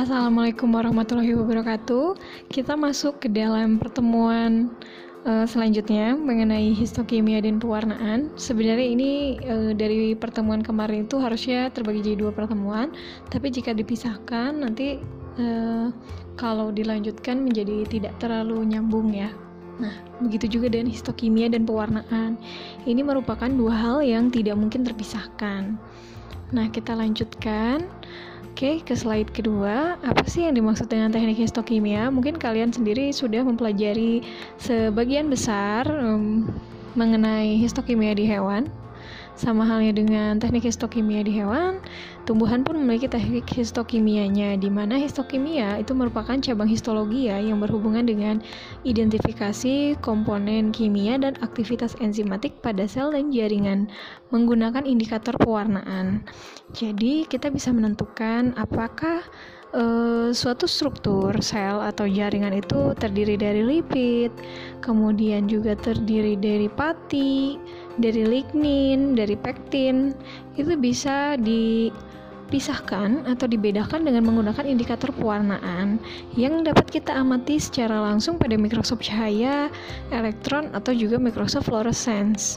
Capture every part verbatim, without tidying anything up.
Assalamualaikum warahmatullahi wabarakatuh. Kita masuk ke dalam pertemuan uh, selanjutnya mengenai histokimia dan pewarnaan. Sebenarnya ini uh, dari pertemuan kemarin itu harusnya terbagi jadi dua pertemuan, tapi jika dipisahkan nanti uh, kalau dilanjutkan menjadi tidak terlalu nyambung ya. Nah, begitu juga dengan histokimia dan pewarnaan. Ini merupakan dua hal yang tidak mungkin terpisahkan. Nah, kita lanjutkan. Oke, ke slide kedua. Apa sih yang dimaksud dengan teknik histokimia? Mungkin kalian sendiri sudah mempelajari sebagian besar um, mengenai histokimia di hewan. Sama halnya dengan teknik histokimia di hewan, tumbuhan pun memiliki teknik histokimianya, di mana histokimia itu merupakan cabang histologi ya, yang berhubungan dengan identifikasi komponen kimia dan aktivitas enzimatik pada sel dan jaringan menggunakan indikator pewarnaan. Jadi kita bisa menentukan apakah Uh, suatu struktur sel atau jaringan itu terdiri dari lipid, kemudian juga terdiri dari pati, dari lignin, dari pektin. Itu bisa dipisahkan atau dibedakan dengan menggunakan indikator pewarnaan yang dapat kita amati secara langsung pada mikroskop cahaya, elektron, atau juga mikroskop fluorescence.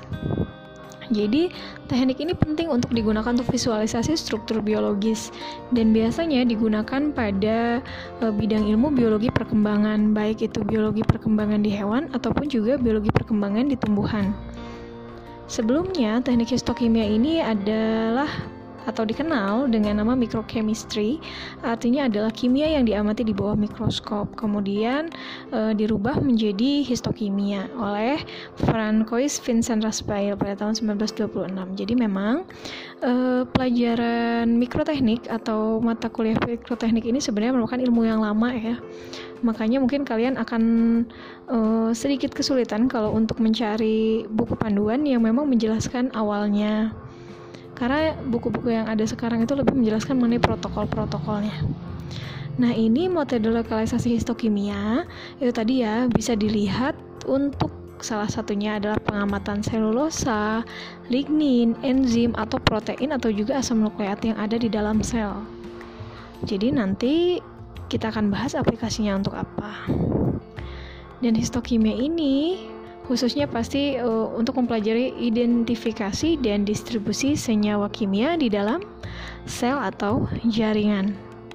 Jadi, teknik ini penting untuk digunakan untuk visualisasi struktur biologis dan biasanya digunakan pada e, bidang ilmu biologi perkembangan, baik itu biologi perkembangan di hewan ataupun juga biologi perkembangan di tumbuhan. Sebelumnya, teknik histokimia ini adalah atau dikenal dengan nama microchemistry, artinya adalah kimia yang diamati di bawah mikroskop, kemudian e, dirubah menjadi histokimia oleh Francois Vincent Raspail pada tahun sembilan belas dua puluh enam. Jadi memang e, pelajaran mikroteknik atau mata kuliah mikroteknik ini sebenarnya merupakan ilmu yang lama ya. Makanya mungkin kalian akan e, sedikit kesulitan kalau untuk mencari buku panduan yang memang menjelaskan awalnya. Karena buku-buku yang ada sekarang itu lebih menjelaskan mengenai protokol-protokolnya. Nah, ini metode lokalisasi histokimia itu tadi ya bisa dilihat untuk salah satunya adalah pengamatan selulosa, lignin, enzim atau protein atau juga asam nukleat yang ada di dalam sel. Jadi nanti kita akan bahas aplikasinya untuk apa. Dan histokimia ini khususnya pasti uh, untuk mempelajari identifikasi dan distribusi senyawa kimia di dalam sel atau jaringan.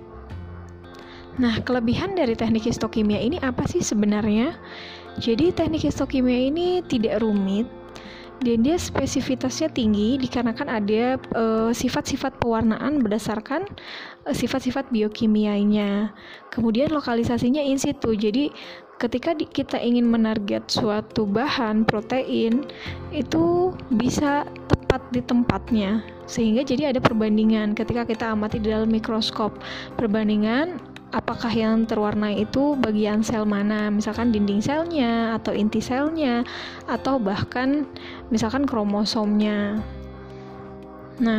Nah, kelebihan dari teknik histokimia ini apa sih sebenarnya? Jadi, teknik histokimia ini tidak rumit dan dia spesifitasnya tinggi dikarenakan ada uh, sifat-sifat pewarnaan berdasarkan uh, sifat-sifat biokimianya. Kemudian lokalisasinya in situ. Jadi ketika di, kita ingin menarget suatu bahan protein itu bisa tepat di tempatnya, sehingga jadi ada perbandingan ketika kita amati di dalam mikroskop, perbandingan apakah yang terwarnai itu bagian sel mana, misalkan dinding selnya atau inti selnya atau bahkan misalkan kromosomnya. Nah,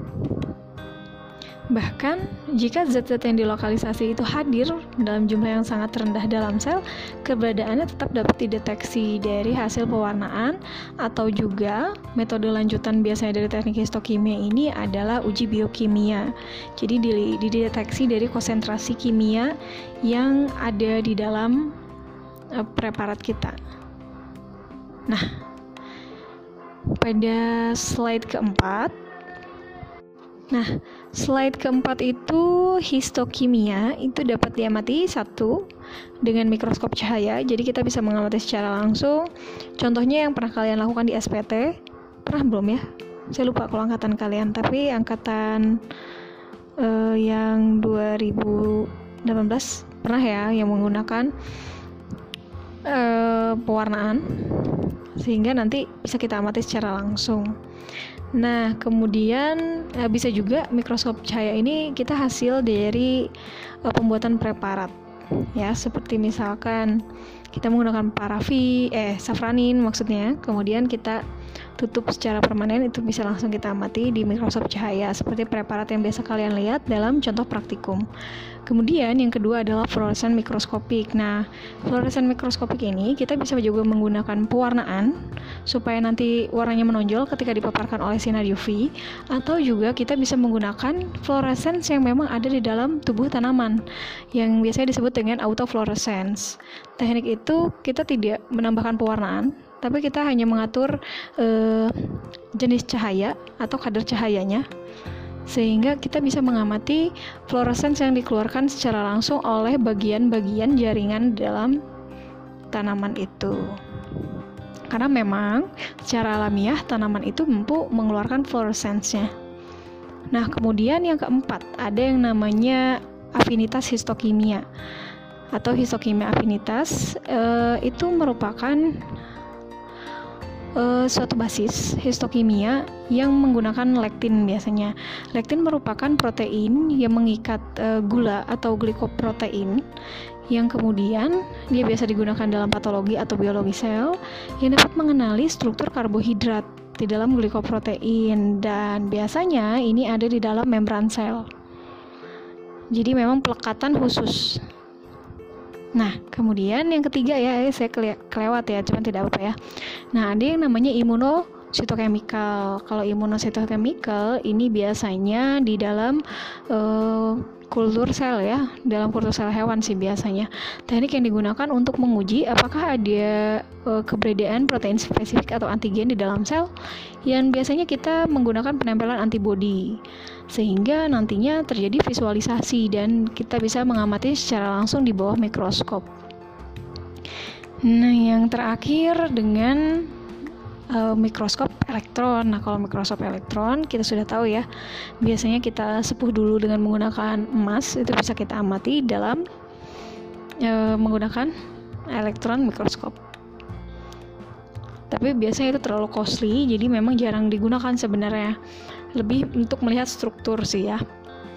bahkan jika zat-zat yang dilokalisasi itu hadir dalam jumlah yang sangat rendah dalam sel, keberadaannya tetap dapat dideteksi dari hasil pewarnaan atau juga metode lanjutan biasanya dari teknik histokimia ini adalah uji biokimia. Jadi dideteksi dari konsentrasi kimia yang ada di dalam uh, preparat kita. Nah, pada slide keempat Nah, slide keempat itu histokimia itu dapat diamati satu dengan mikroskop cahaya. Jadi kita bisa mengamati secara langsung. Contohnya yang pernah kalian lakukan di S P T, pernah belum ya? Saya lupa kalau angkatan kalian, tapi angkatan uh, yang dua ribu delapan belas pernah ya yang menggunakan uh, pewarnaan sehingga nanti bisa kita amati secara langsung. Nah, kemudian eh, bisa juga mikroskop cahaya ini kita hasil dari eh, pembuatan preparat ya, seperti misalkan kita menggunakan parafi eh safranin maksudnya, kemudian kita tutup secara permanen itu bisa langsung kita amati di mikroskop cahaya seperti preparat yang biasa kalian lihat dalam contoh praktikum. Kemudian yang kedua adalah fluoresen mikroskopik. Nah, fluoresen mikroskopik ini kita bisa juga menggunakan pewarnaan supaya nanti warnanya menonjol ketika dipaparkan oleh sinar U V, atau juga kita bisa menggunakan fluoresens yang memang ada di dalam tubuh tanaman yang biasanya disebut dengan autofluorescence. Teknik itu kita tidak menambahkan pewarnaan, tapi kita hanya mengatur eh, jenis cahaya atau kadar cahayanya, sehingga kita bisa mengamati fluoresens yang dikeluarkan secara langsung oleh bagian-bagian jaringan dalam tanaman itu. Karena memang secara alamiah tanaman itu mampu mengeluarkan fluoresensnya. Nah, kemudian yang keempat, ada yang namanya afinitas histokimia atau histokimia afinitas. E, itu merupakan Uh, suatu basis histokimia yang menggunakan lektin biasanya. Lektin merupakan protein yang mengikat uh, gula atau glikoprotein yang kemudian dia biasa digunakan dalam patologi atau biologi sel yang dapat mengenali struktur karbohidrat di dalam glikoprotein, dan biasanya ini ada di dalam membran sel. Jadi memang pelekatan khusus. Nah, kemudian yang ketiga ya, eh, saya kele- kelewat ya, cuman tidak apa ya. Nah, ada yang namanya imunositochemical. Kalau imunositochemical ini biasanya di dalam uh, kultur sel ya, dalam kultur sel hewan sih biasanya. Teknik yang digunakan untuk menguji apakah ada uh, keberadaan protein spesifik atau antigen di dalam sel, yang biasanya kita menggunakan penempelan antibodi, sehingga nantinya terjadi visualisasi dan kita bisa mengamati secara langsung di bawah mikroskop. Nah, yang terakhir dengan uh, mikroskop elektron. Nah, kalau mikroskop elektron kita sudah tahu ya, biasanya kita sepuh dulu dengan menggunakan emas, itu bisa kita amati dalam uh, menggunakan elektron mikroskop. Tapi biasanya itu terlalu costly, jadi memang jarang digunakan sebenarnya. Lebih untuk melihat struktur sih ya.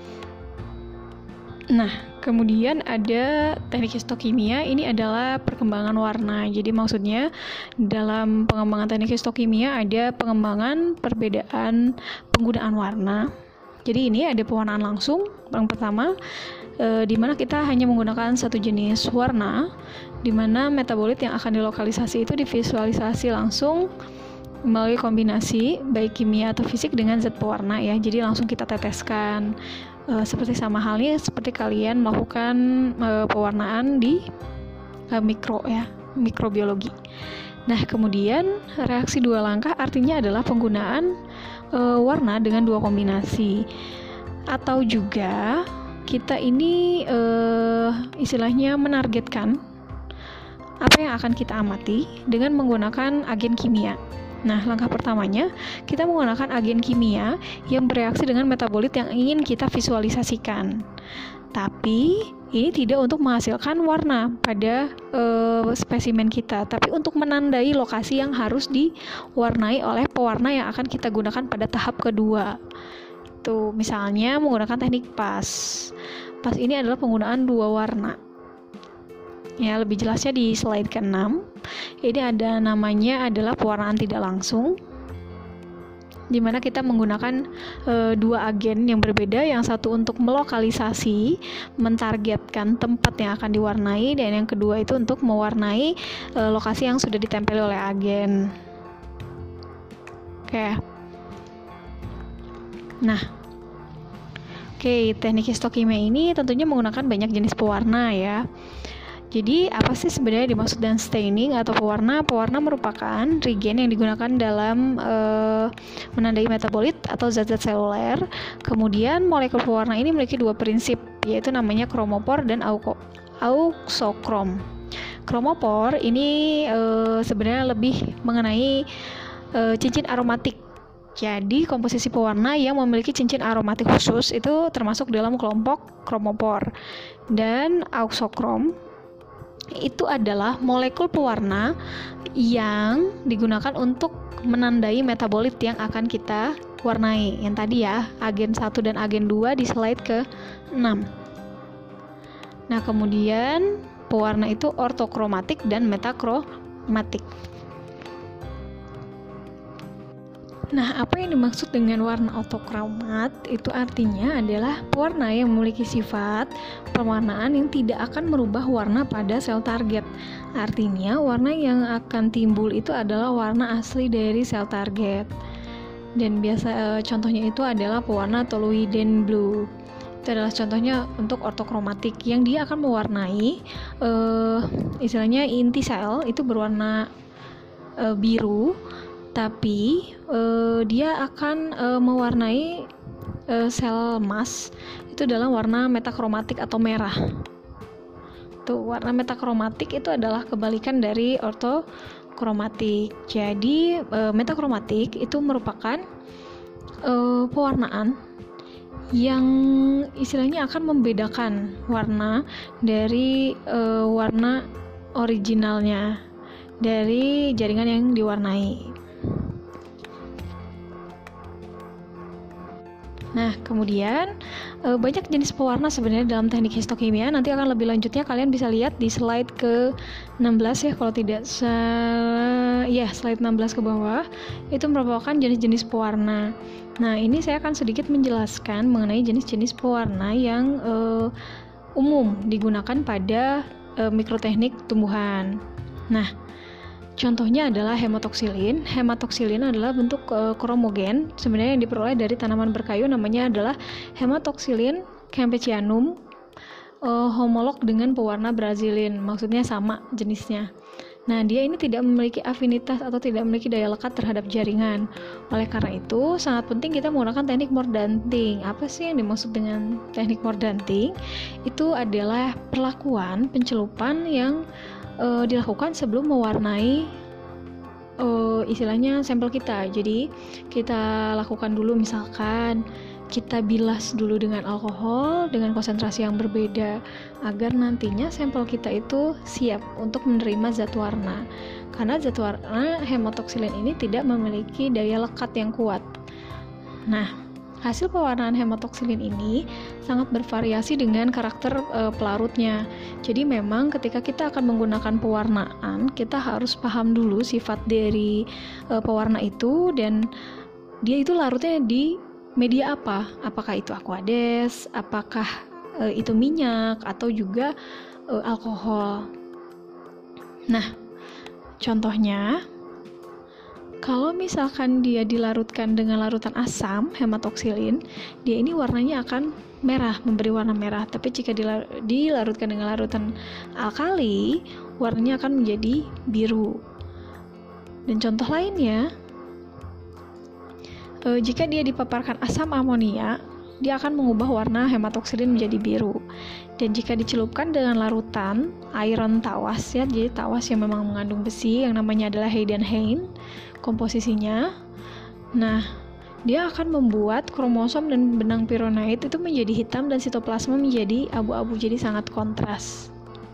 Nah, kemudian ada teknik histokimia. Ini adalah perkembangan warna. Jadi maksudnya dalam pengembangan teknik histokimia ada pengembangan perbedaan penggunaan warna. Jadi ini ada pewarnaan langsung. Yang pertama, e, di mana kita hanya menggunakan satu jenis warna, di mana metabolit yang akan dilokalisasi itu divisualisasi langsung melalui kombinasi baik kimia atau fisik dengan zat pewarna ya. Jadi langsung kita teteskan, e, seperti sama halnya seperti kalian melakukan e, pewarnaan di e, mikro ya, mikrobiologi. Nah, kemudian reaksi dua langkah artinya adalah penggunaan e, warna dengan dua kombinasi, atau juga kita ini e, istilahnya menargetkan apa yang akan kita amati dengan menggunakan agen kimia. Nah, langkah pertamanya, kita menggunakan agen kimia yang bereaksi dengan metabolit yang ingin kita visualisasikan. Tapi, ini tidak untuk menghasilkan warna pada e, spesimen kita, tapi untuk menandai lokasi yang harus diwarnai oleh pewarna yang akan kita gunakan pada tahap kedua. Tuh, misalnya menggunakan teknik pas. Pas ini adalah penggunaan dua warna. Ya, lebih jelasnya di slide keenam. Ini ada namanya adalah pewarnaan tidak langsung, di mana kita menggunakan e, dua agen yang berbeda, yang satu untuk melokalisasi, mentargetkan tempat yang akan diwarnai, dan yang kedua itu untuk mewarnai e, lokasi yang sudah ditempeli oleh agen. Oke. Nah, oke, teknik histokimia ini tentunya menggunakan banyak jenis pewarna ya. Jadi, apa sih sebenarnya dimaksud dengan staining atau pewarna? Pewarna merupakan regen yang digunakan dalam e, menandai metabolit atau zat-zat seluler. Kemudian, molekul pewarna ini memiliki dua prinsip, yaitu namanya kromopor dan auxokrom. Kromopor ini e, sebenarnya lebih mengenai e, cincin aromatik. Jadi, komposisi pewarna yang memiliki cincin aromatik khusus itu termasuk dalam kelompok kromopor. Dan auxokrom itu adalah molekul pewarna yang digunakan untuk menandai metabolit yang akan kita warnai. Yang tadi ya, agen satu dan agen dua di slide ke enam. Nah, kemudian pewarna itu ortokromatik dan metakromatik. Nah, apa yang dimaksud dengan warna autokromat? Itu artinya adalah pewarna yang memiliki sifat pewarnaan yang tidak akan merubah warna pada sel target. Artinya, warna yang akan timbul itu adalah warna asli dari sel target. Dan biasa e, contohnya itu adalah pewarna toluidine blue. Itu adalah contohnya untuk ortokromatik yang dia akan mewarnai e, istilahnya inti sel itu berwarna e, biru, tapi uh, dia akan uh, mewarnai uh, sel emas itu dalam warna metakromatik atau merah. Tuh, warna metakromatik itu adalah kebalikan dari ortokromatik. Jadi uh, metakromatik itu merupakan uh, pewarnaan yang istilahnya akan membedakan warna dari uh, warna originalnya dari jaringan yang diwarnai. Nah, kemudian e, banyak jenis pewarna sebenarnya dalam teknik histokimia. Nanti akan lebih lanjutnya kalian bisa lihat di slide ke enam belas ya, kalau tidak salah. Ya, slide enam belas ke bawah. Itu merupakan jenis-jenis pewarna. Nah, ini saya akan sedikit menjelaskan mengenai jenis-jenis pewarna yang e, umum digunakan pada e, mikroteknik tumbuhan. Nah, contohnya adalah hematoksilin. Hematoksilin adalah bentuk e, kromogen sebenarnya yang diperoleh dari tanaman berkayu, namanya adalah hematoksilin campesianum, e, homolog dengan pewarna brazilin, maksudnya sama jenisnya. Nah, dia ini tidak memiliki afinitas atau tidak memiliki daya lekat terhadap jaringan. Oleh karena itu, sangat penting kita menggunakan teknik mordanting. Apa sih yang dimaksud dengan teknik mordanting? Itu adalah perlakuan pencelupan yang Uh, dilakukan sebelum mewarnai uh, istilahnya sampel kita. Jadi kita lakukan dulu, misalkan kita bilas dulu dengan alkohol dengan konsentrasi yang berbeda agar nantinya sampel kita itu siap untuk menerima zat warna. Karena zat warna hematoksilin ini tidak memiliki daya lekat yang kuat. Nah, hasil pewarnaan hematoksilin ini sangat bervariasi dengan karakter e, pelarutnya. Jadi memang ketika kita akan menggunakan pewarnaan, kita harus paham dulu sifat dari e, pewarna itu dan dia itu larutnya di media apa? Apakah itu aqueous, apakah e, itu minyak atau juga e, alkohol. Nah, contohnya kalau misalkan dia dilarutkan dengan larutan asam, hematoksilin, dia ini warnanya akan merah, memberi warna merah. Tapi jika dilarutkan dengan larutan alkali, warnanya akan menjadi biru. Dan contoh lainnya, e, jika dia dipaparkan asam amonia, dia akan mengubah warna hematoksilin menjadi biru. Dan jika dicelupkan dengan larutan iron tawas, ya, jadi tawas yang memang mengandung besi, yang namanya adalah Heidenhain komposisinya. Nah, dia akan membuat kromosom dan benang pironoid itu menjadi hitam dan sitoplasma menjadi abu-abu, jadi sangat kontras.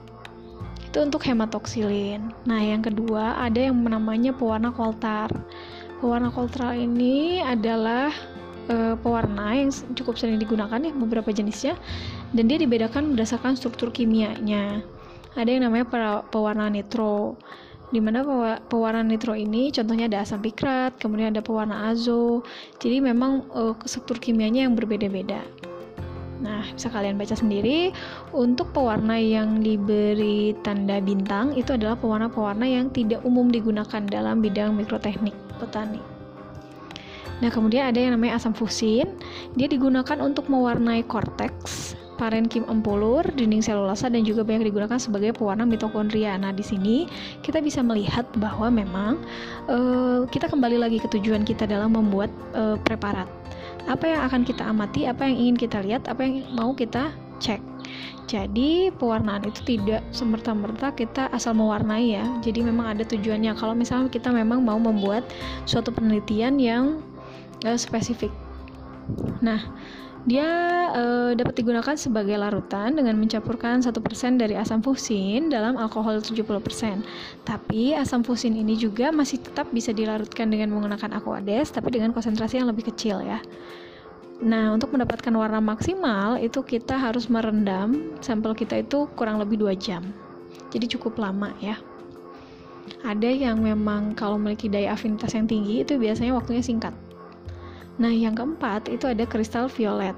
Itu untuk hematoksilin. Nah, yang kedua ada yang namanya pewarna Coulthard. Pewarna Coulthard ini adalah e, pewarna yang cukup sering digunakan ya, beberapa jenisnya, dan dia dibedakan berdasarkan struktur kimianya. Ada yang namanya pewarna nitro, di mana pewarna nitro ini contohnya ada asam pikrat, kemudian ada pewarna azo. Jadi memang e, struktur kimianya yang berbeda-beda. Nah, bisa kalian baca sendiri. Untuk pewarna yang diberi tanda bintang itu adalah pewarna-pewarna yang tidak umum digunakan dalam bidang mikroteknik petani. Nah, kemudian ada yang namanya asam fusin. Dia digunakan untuk mewarnai korteks, parenkim empulur, dinding selulosa, dan juga banyak digunakan sebagai pewarna mitokondria. Nah, di sini kita bisa melihat bahwa memang uh, kita kembali lagi ke tujuan kita dalam membuat uh, preparat. Apa yang akan kita amati, apa yang ingin kita lihat, apa yang mau kita cek. Jadi pewarnaan itu tidak semerta-merta kita asal mewarnai ya. Jadi memang ada tujuannya. Kalau misalnya kita memang mau membuat suatu penelitian yang uh, spesifik. Nah, dia e, dapat digunakan sebagai larutan dengan mencampurkan satu persen dari asam fusin dalam alkohol tujuh puluh persen. Tapi asam fusin ini juga masih tetap bisa dilarutkan dengan menggunakan aqueous, tapi dengan konsentrasi yang lebih kecil ya. Nah, untuk mendapatkan warna maksimal itu kita harus merendam sampel kita itu kurang lebih dua jam. Jadi cukup lama ya. Ada yang memang kalau memiliki daya afinitas yang tinggi itu biasanya waktunya singkat. Nah, yang keempat itu ada kristal violet.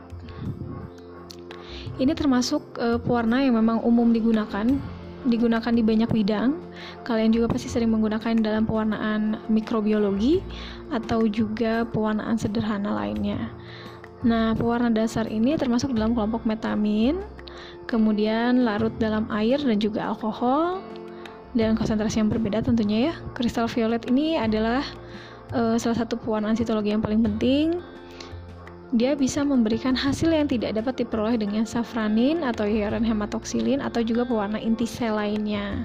Ini termasuk uh, pewarna yang memang umum digunakan, digunakan di banyak bidang. Kalian juga pasti sering menggunakan dalam pewarnaan mikrobiologi atau juga pewarnaan sederhana lainnya. Nah, pewarna dasar ini termasuk dalam kelompok metamin, kemudian larut dalam air dan juga alkohol, dan konsentrasi yang berbeda tentunya ya. Kristal violet ini adalah uh, salah satu pewarnaan sitologi yang paling penting. Dia bisa memberikan hasil yang tidak dapat diperoleh dengan safranin atau hyaluron hematoksilin atau juga pewarna inti sel lainnya.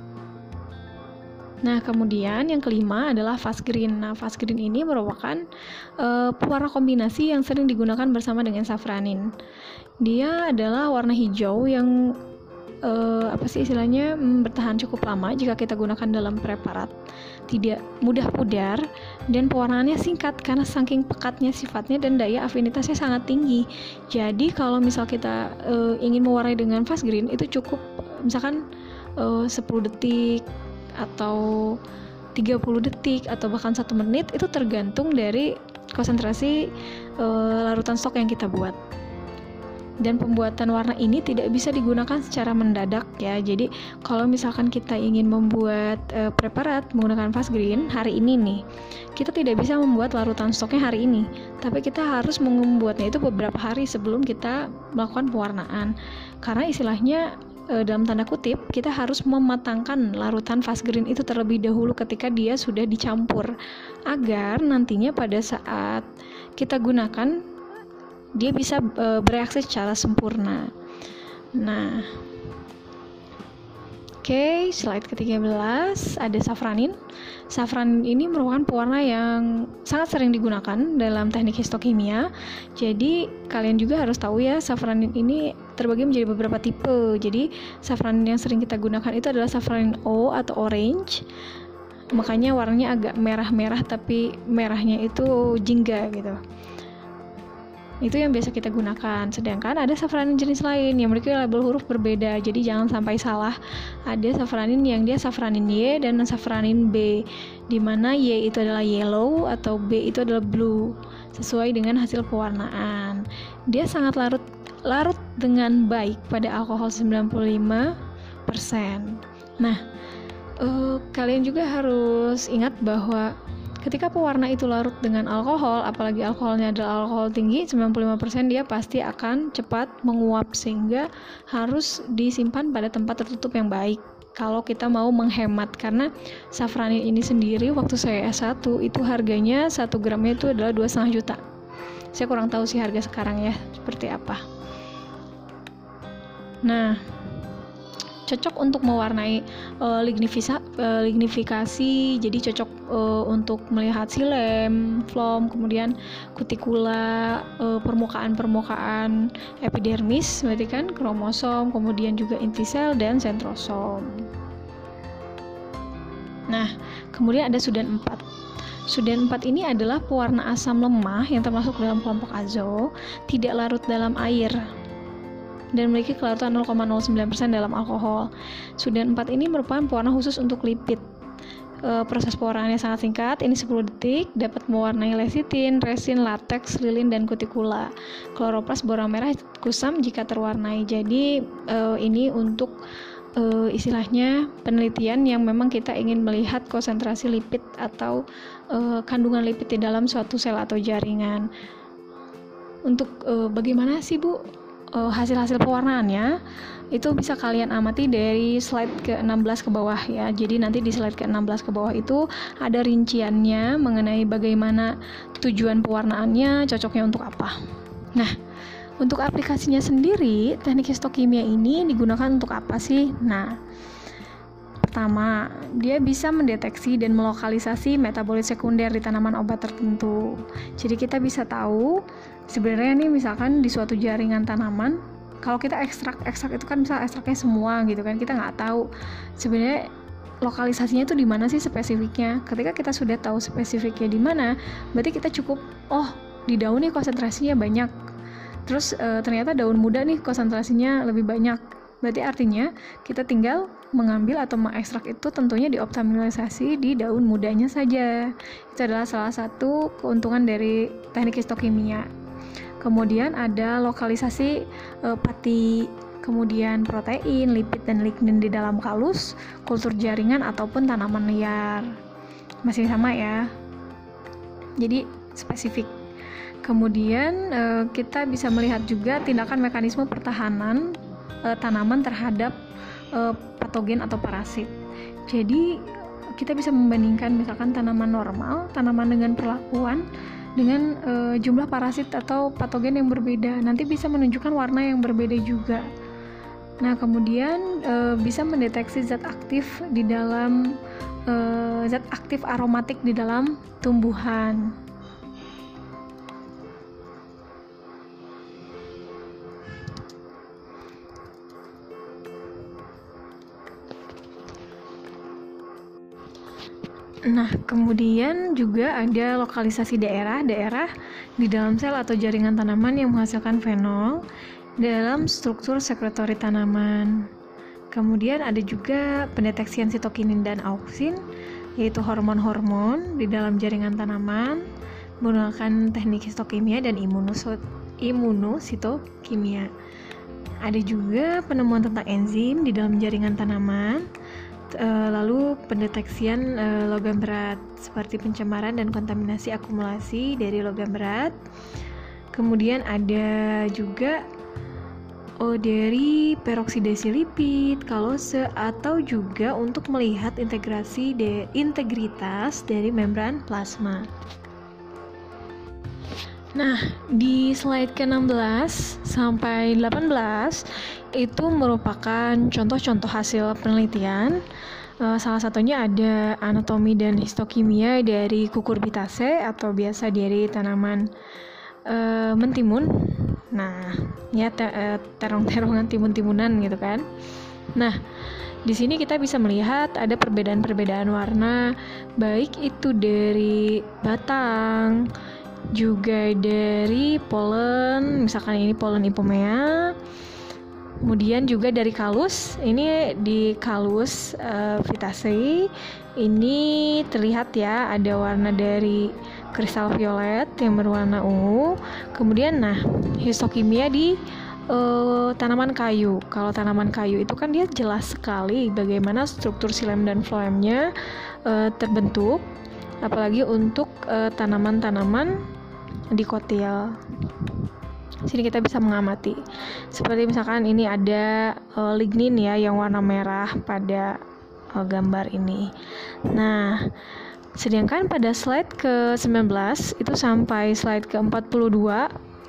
Nah, kemudian yang kelima adalah fast green. Nah, fast green ini merupakan uh, pewarna kombinasi yang sering digunakan bersama dengan safranin. Dia adalah warna hijau yang uh, apa sih istilahnya hmm, bertahan cukup lama jika kita gunakan dalam preparat, tidak mudah pudar, dan pewarnaannya singkat karena saking pekatnya sifatnya dan daya afinitasnya sangat tinggi. Jadi kalau misal kita uh, ingin mewarnai dengan fast green itu cukup misalkan uh, sepuluh detik atau tiga puluh detik atau bahkan satu menit, itu tergantung dari konsentrasi uh, larutan stok yang kita buat. Dan pembuatan warna ini tidak bisa digunakan secara mendadak ya. Jadi kalau misalkan kita ingin membuat uh, preparat menggunakan fast green hari ini nih, kita tidak bisa membuat larutan stoknya hari ini, tapi kita harus membuatnya itu beberapa hari sebelum kita melakukan pewarnaan. Karena istilahnya e, dalam tanda kutip kita harus mematangkan larutan fast green itu terlebih dahulu ketika dia sudah dicampur, agar nantinya pada saat kita gunakan dia bisa e, bereaksi secara sempurna. Nah, oke, okay, slide ke tiga belas ada safranin. Safranin ini merupakan pewarna yang sangat sering digunakan dalam teknik histokimia. Jadi kalian juga harus tahu ya, safranin ini terbagi menjadi beberapa tipe. Jadi safranin yang sering kita gunakan itu adalah safranin O atau orange. Makanya warnanya agak merah-merah tapi merahnya itu jingga gitu. Itu yang biasa kita gunakan. Sedangkan ada safranin jenis lain yang memiliki label huruf berbeda, jadi jangan sampai salah. Ada safranin yang dia safranin Y dan safranin B, di mana Y itu adalah yellow atau B itu adalah blue, sesuai dengan hasil pewarnaan. Dia sangat larut larut dengan baik pada alkohol sembilan puluh lima persen. Nah, uh, kalian juga harus ingat bahwa ketika pewarna itu larut dengan alkohol, apalagi alkoholnya adalah alkohol tinggi, sembilan puluh lima persen, dia pasti akan cepat menguap, sehingga harus disimpan pada tempat tertutup yang baik kalau kita mau menghemat. Karena safranin ini sendiri waktu saya S satu itu harganya satu gramnya itu adalah dua koma lima juta. Saya kurang tahu sih harga sekarang ya seperti apa. Nah, cocok untuk mewarnai uh, lignifisa, uh, lignifikasi, jadi cocok uh, untuk melihat silem, flom, kemudian kutikula, uh, permukaan-permukaan epidermis, berarti kan kromosom, kemudian juga inti sel dan sentrosom. Nah, kemudian ada Sudan empat. Sudan empat ini adalah pewarna asam lemah yang termasuk dalam kelompok azo, tidak larut dalam air, dan memiliki kelarutan nol koma nol sembilan persen dalam alkohol. Sudan empat ini merupakan pewarna khusus untuk lipid. E, proses pewarnaannya sangat singkat, ini sepuluh detik, dapat mewarnai lecitin, resin, latex, lilin, dan kutikula. Kloroplas, borang merah, kusam jika terwarnai. Jadi e, ini untuk e, istilahnya penelitian yang memang kita ingin melihat konsentrasi lipid atau e, kandungan lipid di dalam suatu sel atau jaringan. Untuk e, bagaimana sih Bu Uh, hasil-hasil pewarnaannya, itu bisa kalian amati dari slide ke enam belas ke bawah ya. Jadi nanti di slide ke enam belas ke bawah itu ada rinciannya mengenai bagaimana tujuan pewarnaannya, cocoknya untuk apa. Nah, untuk aplikasinya sendiri, teknik histokimia ini digunakan untuk apa sih? Nah, pertama, dia bisa mendeteksi dan melokalisasi metabolit sekunder di tanaman obat tertentu. Jadi kita bisa tahu sebenarnya nih, misalkan di suatu jaringan tanaman, kalau kita ekstrak, ekstrak itu kan misal ekstraknya semua gitu kan, kita nggak tahu sebenarnya lokalisasinya itu di mana sih spesifiknya. Ketika kita sudah tahu spesifiknya di mana, berarti kita cukup, oh di daun nih konsentrasinya banyak, terus e, ternyata daun muda nih konsentrasinya lebih banyak. Berarti artinya kita tinggal mengambil atau mengekstrak itu tentunya dioptimalisasi di daun mudanya saja. Itu adalah salah satu keuntungan dari teknik histokimia. Kemudian ada lokalisasi e, pati, kemudian protein, lipid, dan lignin di dalam kalus, kultur jaringan ataupun tanaman liar. Masih sama ya. Jadi spesifik. Kemudian e, kita bisa melihat juga tindakan mekanisme pertahanan e, tanaman terhadap e, patogen atau parasit. Jadi kita bisa membandingkan misalkan tanaman normal, tanaman dengan perlakuan dengan e, jumlah parasit atau patogen yang berbeda. Nanti bisa menunjukkan warna yang berbeda juga. Nah, kemudian e, bisa mendeteksi zat aktif di dalam e, zat aktif aromatik di dalam tumbuhan. Nah, kemudian juga ada lokalisasi daerah-daerah di dalam sel atau jaringan tanaman yang menghasilkan fenol dalam struktur sekretory tanaman. Kemudian ada juga pendeteksian sitokinin dan auksin, yaitu hormon-hormon di dalam jaringan tanaman menggunakan teknik histokimia dan imunositokimia. Ada juga penemuan tentang enzim di dalam jaringan tanaman. Uh, lalu pendeteksian uh, logam berat seperti pencemaran dan kontaminasi akumulasi dari logam berat. Kemudian ada juga oh, dari peroksidasi lipid, kalose, atau juga untuk melihat integrasi de- integritas dari membran plasma. Nah, di slide ke enam belas sampai delapan belas itu merupakan contoh-contoh hasil penelitian. Uh, salah satunya ada anatomi dan histokimia dari Cucurbitaceae atau biasa dari tanaman uh, mentimun. Nah, ya te- uh, terong-terongan timun-timunan gitu kan. Nah, di sini kita bisa melihat ada perbedaan-perbedaan warna, baik itu dari batang, juga dari polen, misalkan ini polen Ipomea, kemudian juga dari kalus, ini di kalus uh, Vitaceae, ini terlihat ya ada warna dari kristal violet yang berwarna ungu. Kemudian nah, histokimia di uh, tanaman kayu. Kalau tanaman kayu itu kan dia jelas sekali bagaimana struktur xilem dan floemnya uh, terbentuk. Apalagi untuk uh, tanaman-tanaman dikotil. Sini kita bisa mengamati. Seperti misalkan ini ada uh, lignin ya yang warna merah pada uh, gambar ini. Nah, sedangkan pada slide ke sembilan belas itu sampai slide ke empat puluh dua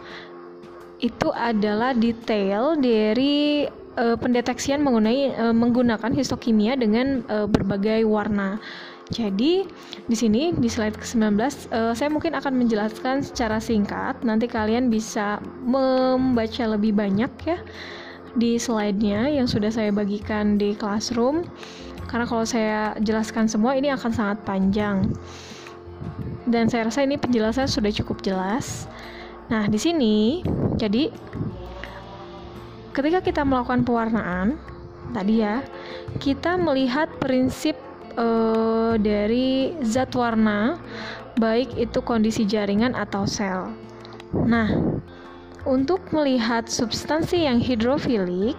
itu adalah detail dari uh, pendeteksian mengenai uh, menggunakan histokimia dengan uh, berbagai warna. Jadi di sini di slide ke sembilan belas uh, saya mungkin akan menjelaskan secara singkat. Nanti kalian bisa membaca lebih banyak ya di slide-nya yang sudah saya bagikan di Classroom. Karena kalau saya jelaskan semua ini akan sangat panjang. Dan saya rasa ini penjelasan sudah cukup jelas. Nah, di sini jadi ketika kita melakukan pewarnaan tadi ya, kita melihat prinsip Uh, dari zat warna, baik itu kondisi jaringan atau sel. Nah, untuk melihat substansi yang hidrofilik,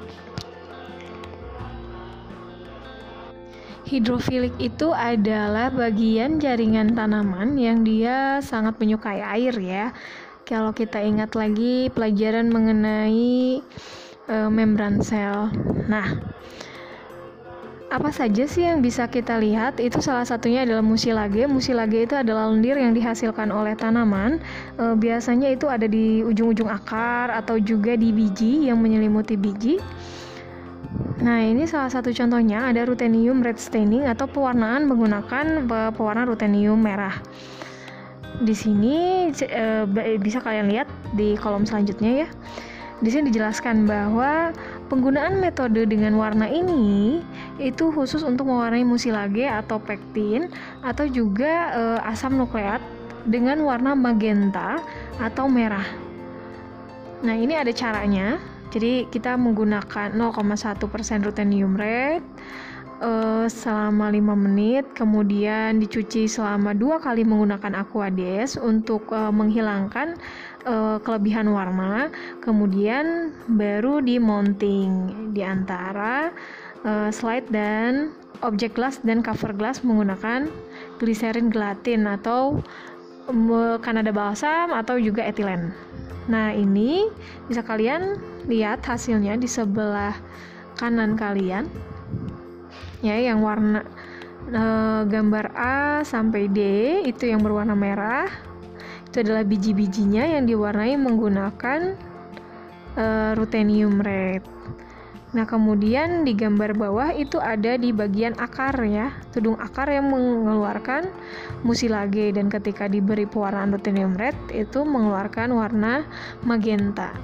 hidrofilik itu adalah bagian jaringan tanaman yang dia sangat menyukai air ya. Kalau kita ingat lagi pelajaran mengenai uh, membran sel. Nah, apa saja sih yang bisa kita lihat? Itu salah satunya adalah mucilage. Mucilage itu adalah lendir yang dihasilkan oleh tanaman. E, biasanya itu ada di ujung-ujung akar atau juga di biji yang menyelimuti biji. Nah, ini salah satu contohnya ada ruthenium red staining atau pewarnaan menggunakan pewarna ruthenium merah. Di sini e, bisa kalian lihat di kolom selanjutnya ya. Di sini dijelaskan bahwa penggunaan metode dengan warna ini itu khusus untuk mewarnai mucilage atau pektin atau juga e, asam nukleat dengan warna magenta atau merah. Nah, ini ada caranya. Jadi kita menggunakan nol koma satu persen ruthenium red uh, selama lima menit, kemudian dicuci selama dua kali menggunakan Aquades untuk uh, menghilangkan uh, kelebihan warna, kemudian baru di mounting di antara uh, slide dan objek glass dan cover glass menggunakan glycerin gelatin atau um, Kanada balsam atau juga etilen. Nah, ini bisa kalian lihat hasilnya di sebelah kanan kalian ya, yang warna e, gambar A sampai D itu yang berwarna merah, itu adalah biji-bijinya yang diwarnai menggunakan e, ruthenium red. Nah, kemudian di gambar bawah itu ada di bagian akar ya, tudung akar yang mengeluarkan mucilage, dan ketika diberi pewarnaan ruthenium red itu mengeluarkan warna magenta.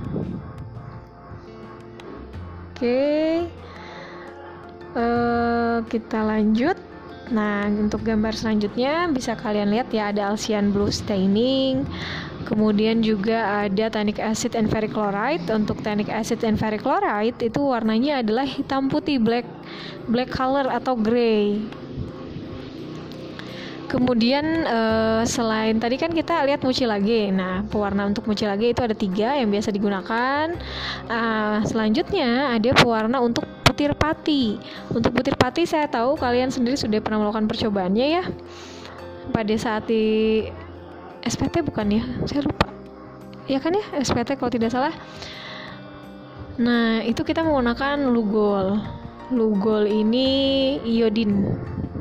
Oke, uh, kita lanjut. Nah, untuk gambar selanjutnya bisa kalian lihat ya, ada Alcyan blue staining, kemudian juga ada tannic acid and ferric chloride. Untuk tannic acid and ferric chloride itu warnanya adalah hitam putih, black black color atau gray. Kemudian uh, selain tadi kan kita lihat mucilage. Nah, pewarna untuk mucilage itu ada tiga yang biasa digunakan. Uh, selanjutnya ada pewarna untuk butir pati. Untuk butir pati saya tahu kalian sendiri sudah pernah melakukan percobaannya ya. Pada saat di S P T bukan ya? Saya lupa. Ya kan ya, S P T kalau tidak salah. Nah, itu kita menggunakan Lugol. Lugol ini iodin.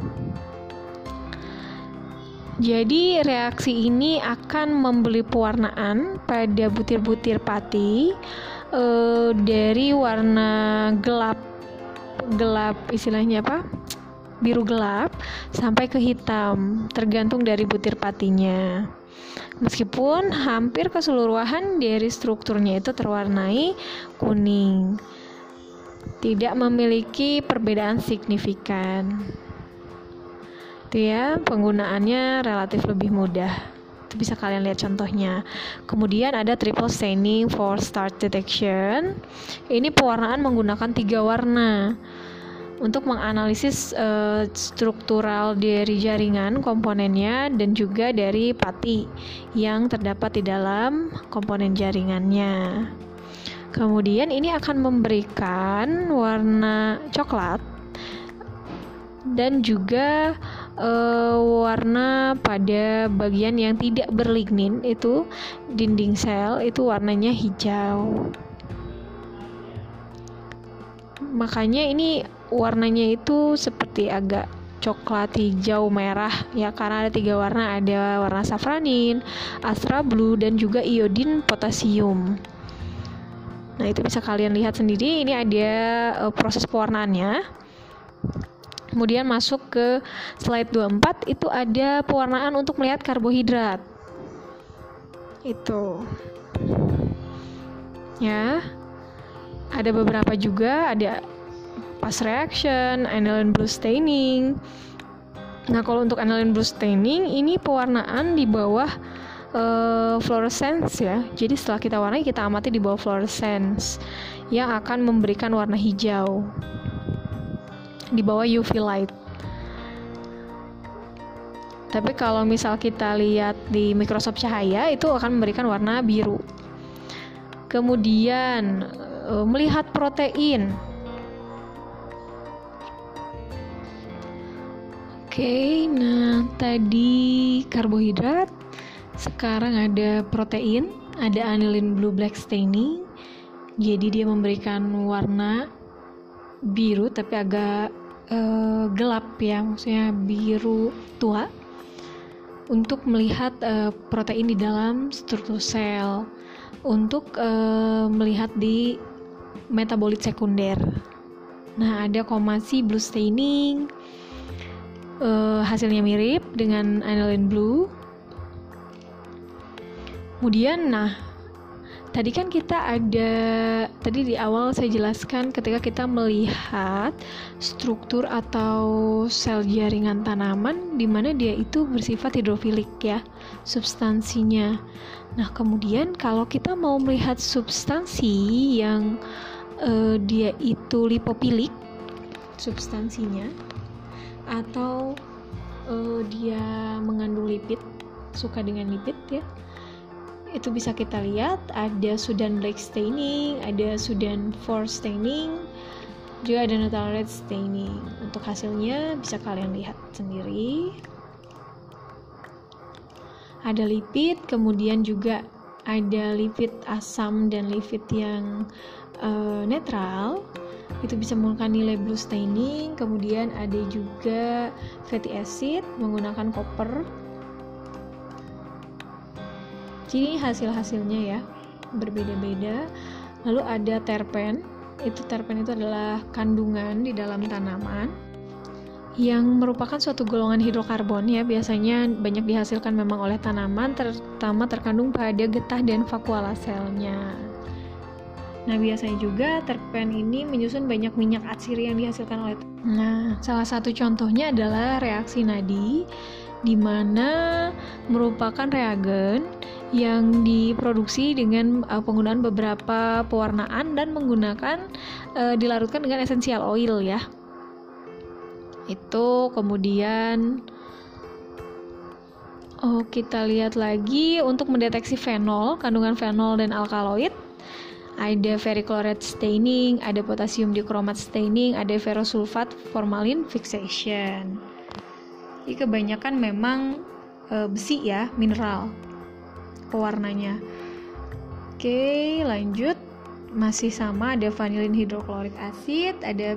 Jadi reaksi ini akan memberi pewarnaan pada butir-butir pati e, dari warna gelap gelap istilahnya apa? Biru gelap sampai ke hitam, tergantung dari butir patinya. Meskipun hampir keseluruhan dari strukturnya itu terwarnai kuning, tidak memiliki perbedaan signifikan. Itu ya, penggunaannya relatif lebih mudah. Itu bisa kalian lihat contohnya. Kemudian ada triple staining for starch detection. Ini pewarnaan menggunakan tiga warna untuk menganalisis uh, struktural dari jaringan komponennya dan juga dari pati yang terdapat di dalam komponen jaringannya. Kemudian ini akan memberikan warna coklat dan juga uh, warna pada bagian yang tidak berlignin, itu dinding sel, itu warnanya hijau. Makanya ini warnanya itu seperti agak coklat hijau merah ya, karena ada tiga warna, ada warna safranin, astra blue, dan juga iodin potasium. Nah, itu bisa kalian lihat sendiri. Ini ada uh, proses pewarnaannya. Kemudian masuk ke slide dua puluh empat, itu ada pewarnaan untuk melihat karbohidrat. Itu. Ya. Ada beberapa juga, ada fast reaction, aniline blue staining. Nah, kalau untuk aniline blue staining ini pewarnaan di bawah uh, fluorescence ya. Jadi setelah kita warnai, kita amati di bawah fluorescence yang akan memberikan warna hijau di bawah U V light. Tapi kalau misal kita lihat di mikroskop cahaya, itu akan memberikan warna biru. Kemudian uh, melihat protein. Oke, nah tadi karbohidrat, sekarang ada protein, ada aniline blue black staining. Jadi dia memberikan warna biru tapi agak uh, gelap ya, maksudnya biru tua, untuk melihat uh, protein di dalam struktur sel, untuk uh, melihat di metabolit sekunder. Nah, ada Komatsu blue staining, uh, hasilnya mirip dengan aniline blue. Kemudian, nah Tadi kan kita ada, tadi di awal saya jelaskan ketika kita melihat struktur atau sel jaringan tanaman di mana dia itu bersifat hidrofilik ya, substansinya. Nah, kemudian kalau kita mau melihat substansi yang uh, dia itu lipofilik, substansinya, atau uh, dia mengandung lipid, suka dengan lipid ya, itu bisa kita lihat ada Sudan black staining, ada Sudan four staining, juga ada neutral red staining. Untuk hasilnya bisa kalian lihat sendiri. Ada lipid, kemudian juga ada lipid asam dan lipid yang uh, netral. Itu bisa menggunakan nilai blue staining. Kemudian ada juga fatty acid menggunakan copper. Jadi hasil-hasilnya ya berbeda-beda. Lalu ada terpen. Itu terpen itu adalah kandungan di dalam tanaman yang merupakan suatu golongan hidrokarbon ya, biasanya banyak dihasilkan memang oleh tanaman, terutama terkandung pada getah dan vakuola selnya. Nah, biasanya juga terpen ini menyusun banyak minyak atsiri yang dihasilkan oleh. Nah, salah satu contohnya adalah reaksi nadi, di mana merupakan reagen yang diproduksi dengan uh, penggunaan beberapa pewarnaan dan menggunakan uh, dilarutkan dengan essential oil ya. Itu kemudian oh, kita lihat lagi untuk mendeteksi fenol, kandungan fenol dan alkaloid. Ada ferrichloride staining, ada potasium dikromat staining, ada ferrosulfat formalin fixation. Jadi kebanyakan memang e, besi ya, mineral pewarnanya. Oke, lanjut. Masih sama, ada vanillin hidroklorik acid, ada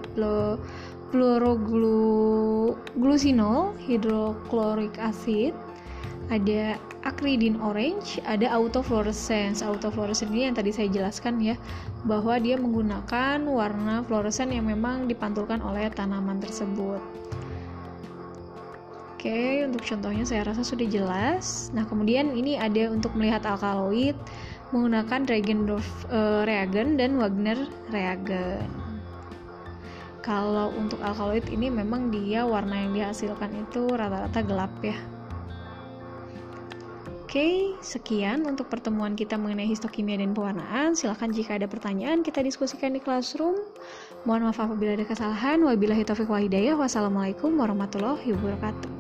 fluoroglucinol hidroklorik acid, ada acridine orange, ada autofluorescence. Autofluorescence ini yang tadi saya jelaskan ya, bahwa dia menggunakan warna fluoresen yang memang dipantulkan oleh tanaman tersebut. Oke, untuk contohnya saya rasa sudah jelas. Nah, kemudian ini ada untuk melihat alkaloid menggunakan Regendorf uh, reagen dan Wagner reagen. Kalau untuk alkaloid ini memang dia warna yang dihasilkan itu rata-rata gelap ya. Oke, sekian untuk pertemuan kita mengenai histokimia dan pewarnaan. Silakan jika ada pertanyaan kita diskusikan di classroom. Mohon maaf apabila ada kesalahan. Wabillahi taufiq wal hidayah. Wassalamualaikum warahmatullahi wabarakatuh.